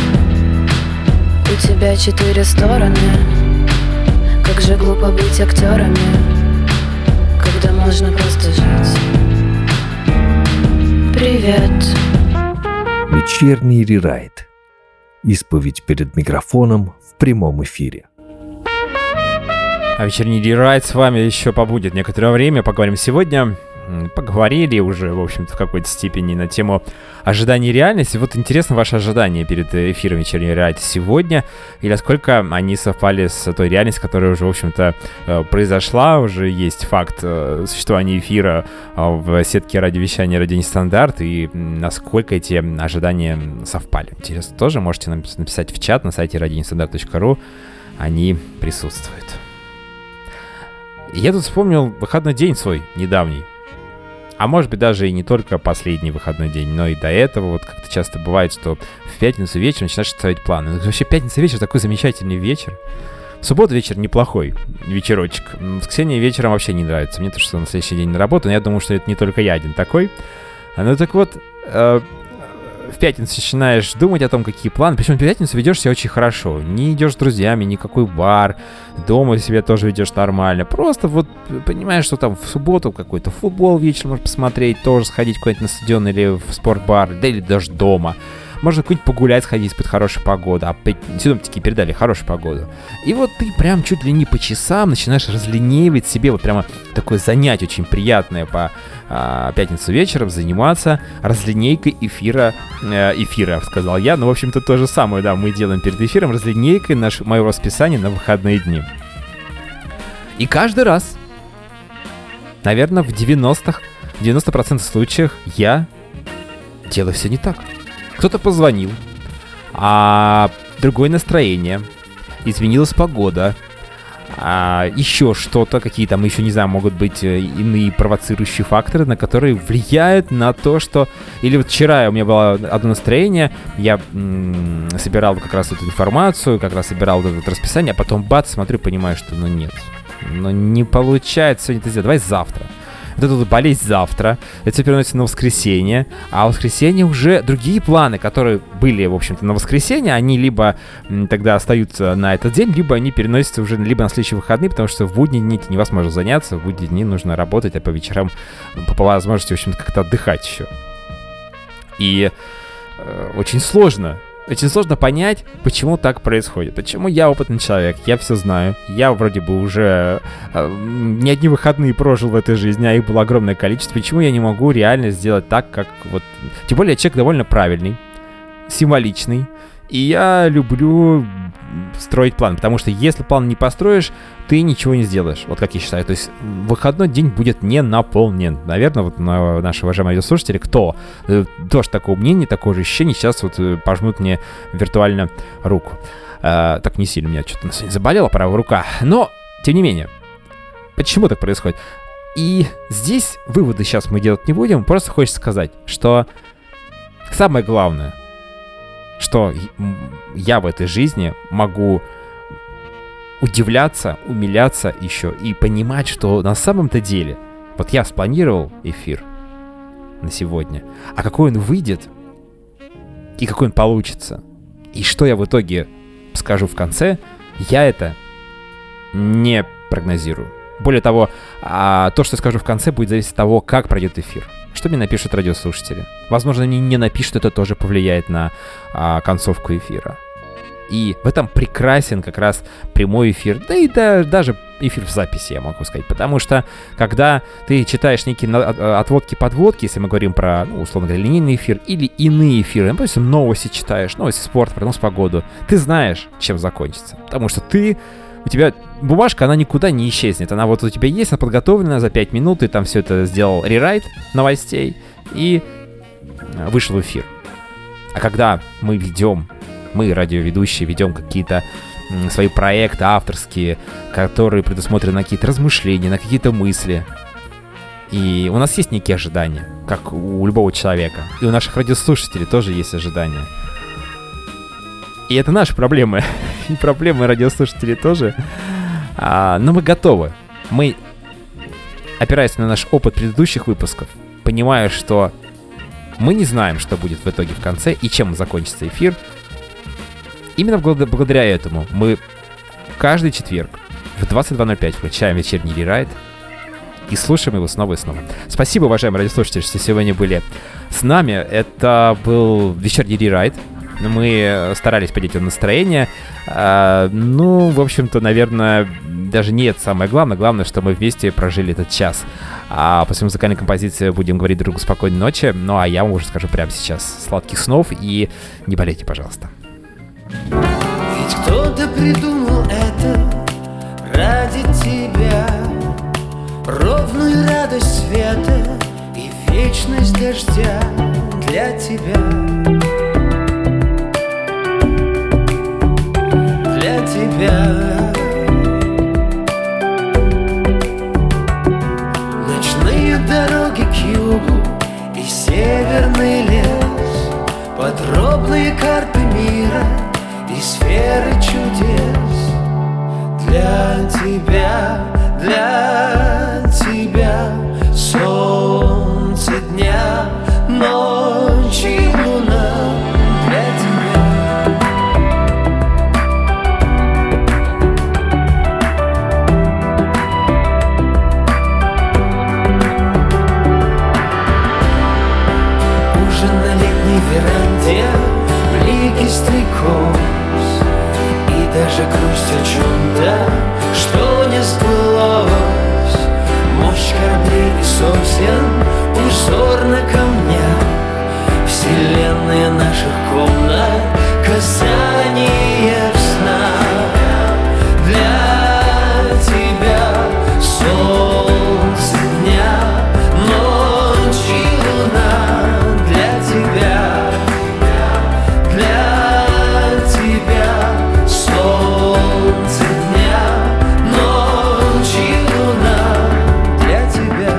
у тебя четыре стороны. Как же глупо быть актерами, когда можно просто жить. Привет. Вечерний рерайт. Исповедь перед микрофоном в прямом эфире. А вечерний рерайт с вами еще побудет некоторое время. Поговорим сегодня. Поговорили уже, в общем-то, в какой-то степени на тему ожиданий реальности. Вот интересно ваши ожидания перед эфиром вечернего рерайта сегодня, и насколько они совпали с той реальностью, которая уже, в общем-то, произошла. Уже есть факт существования эфира в сетке радиовещания «Радио Нестандарт», и насколько эти ожидания совпали. Интересно, тоже можете написать в чат на сайте радио нестандарт точка ру. Они присутствуют. Я тут вспомнил выходной день свой недавний. А может быть, даже и не только последний выходной день, но и до этого. Вот как-то часто бывает, что в пятницу вечером начинаешь ставить планы. Вообще, пятница вечер такой замечательный вечер. В субботу вечер неплохой вечерочек. В воскресенье вечером вообще не нравится. Мне то, что на следующий день на работу, но я думаю, что это не только я один такой. Ну так вот, э, в пятницу начинаешь думать о том, какие планы. Причем в пятницу ведешь себя очень хорошо. Не идешь с друзьями, никакой бар. Дома себя тоже ведешь нормально. Просто вот понимаешь, что там в субботу какой-то футбол вечером можно посмотреть, тоже сходить куда-нибудь на стадион или в спортбар, да или даже дома. Можно куда-нибудь погулять, сходить под хорошую погоду. А синоптики передали хорошую погоду. И вот ты прям чуть ли не по часам начинаешь разлинеивать себе. Вот прямо такое занятие очень приятное по а, пятницу вечером. Заниматься разлинейкой эфира. Э, эфира, сказал я. Но, в общем-то, то же самое, да, мы делаем перед эфиром. Разлинейкой наш, моего расписания на выходные дни. И каждый раз, наверное, в девяносто процентов случаев я делаю все не так. Кто-то позвонил, а другое настроение, изменилась погода, а еще что-то, какие там еще, не знаю, могут быть иные провоцирующие факторы, на которые влияют на то, что... Или вот вчера у меня было одно настроение, я м- собирал как раз эту информацию, как раз собирал вот это расписание, а потом бац, смотрю, понимаю, что ну нет, ну не получается сегодня это сделать, давай завтра. Вот это вот болезнь завтра, это все переносится на воскресенье, а в воскресенье уже другие планы, которые были, в общем-то, на воскресенье, они либо м, тогда остаются на этот день, либо они переносятся уже либо на следующие выходные, потому что в будние дни невозможно заняться, в будние дни нужно работать, а по вечерам по, по возможности, в общем-то, как-то отдыхать еще. И э, очень сложно. Очень сложно понять, почему так происходит. Почему я опытный человек, я все знаю. Я вроде бы уже э, не одни выходные прожил в этой жизни, а их было огромное количество. Почему я не могу реально сделать так, как вот... Тем более я человек довольно правильный, символичный. И я люблю строить план, потому что если план не построишь, ты ничего не сделаешь, вот как я считаю. То есть выходной день будет не наполнен. Наверное, вот на наши уважаемые радиослушатели, кто э, тоже такого мнения, такое же ощущение, сейчас вот э, пожмут мне виртуально руку. Э, так не сильно, у меня что-то на сегодня заболела правая рука. Но, тем не менее, почему так происходит? И здесь выводы сейчас мы делать не будем, просто хочется сказать, что самое главное, что я в этой жизни могу удивляться, умиляться еще и понимать, что на самом-то деле, вот я спланировал эфир на сегодня, а какой он выйдет и какой он получится, и что я в итоге скажу в конце, я это не прогнозирую. Более того, то, что я скажу в конце, будет зависеть от того, как пройдет эфир. Что мне напишут радиослушатели? Возможно, они не напишут, это тоже повлияет на а, концовку эфира. И в этом прекрасен как раз прямой эфир, да и да, даже эфир в записи, я могу сказать. Потому что, когда ты читаешь некие отводки-подводки, если мы говорим про, ну, условно говоря, линейный эфир или иные эфиры, допустим, новости читаешь, новости спорта, прогноз погоду, ты знаешь, чем закончится. Потому что ты... У тебя бумажка, она никуда не исчезнет. Она вот у тебя есть, она подготовлена за пять минут, ты там все это сделал рерайт новостей и вышел в эфир. А когда мы ведем, мы, радиоведущие, ведем какие-то м, свои проекты авторские, которые предусмотрены на какие-то размышления, на какие-то мысли, и у нас есть некие ожидания, как у любого человека. И у наших радиослушателей тоже есть ожидания. И это наши проблемы. И проблемы радиослушателей тоже. А, но мы готовы. Мы, опираясь на наш опыт предыдущих выпусков, понимая, что мы не знаем, что будет в итоге в конце и чем закончится эфир, именно благодаря этому мы каждый четверг в двадцать два ноль пять включаем вечерний рерайт и слушаем его снова и снова. Спасибо, уважаемые радиослушатели, что сегодня были с нами. Это был вечерний рерайт. Мы старались поднять его настроение. А, ну, в общем-то, наверное, даже не это самое главное. Главное, что мы вместе прожили этот час. А после музыкальной композиции будем говорить друг другу спокойной ночи. Ну, а я вам уже скажу прямо сейчас сладких снов. И не болейте, пожалуйста. Ведь кто-то придумал это ради тебя. Ровную радость света и вечность дождя для тебя. Для тебя. Ночные дороги к югу и северный лес, подробные карты мира и сферы чудес. Для тебя, для тебя солнце дня, ночи луна. Для тебя. Ужин на летней веранде, блики стрекоз и даже грусть о чем-то, что не сбылось. Мощь кораблей и сосен, узор на камнях, вселенная наших комнат, касание в снах. Для тебя солнце дня, ночи луна. Для тебя, для тебя солнце дня, ночи луна. Для тебя.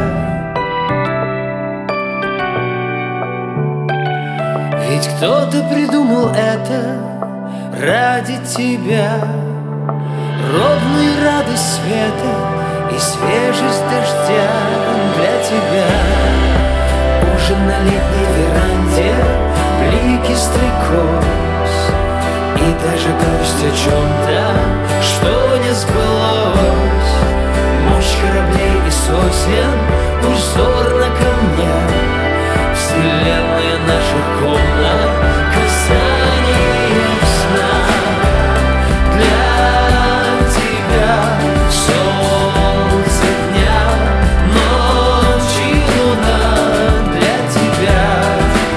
Ведь кто-то придумал это ради тебя. Ровную радость света и свежесть дождя для тебя. Ужин на летней веранде, блики стрекоз и даже грусть о чем-то, что не сбылось. Мощь кораблей и сосен, узор на камнях, вселенная наших комнат, касание в снах. Для тебя солнце дня, ночи луна. Для тебя,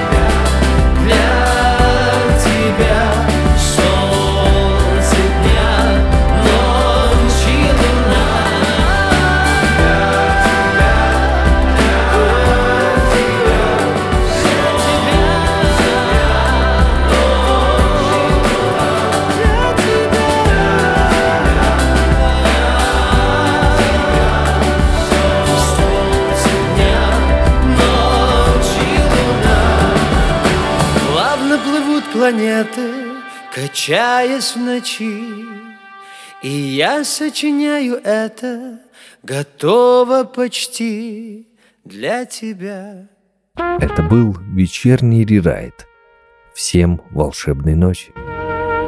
для тебя солнце дня, ночи луна. Плавно плывут планеты, качаясь в ночи, и я сочиняю это, готово почти для тебя. Это был вечерний рерайт. Всем волшебной ночи.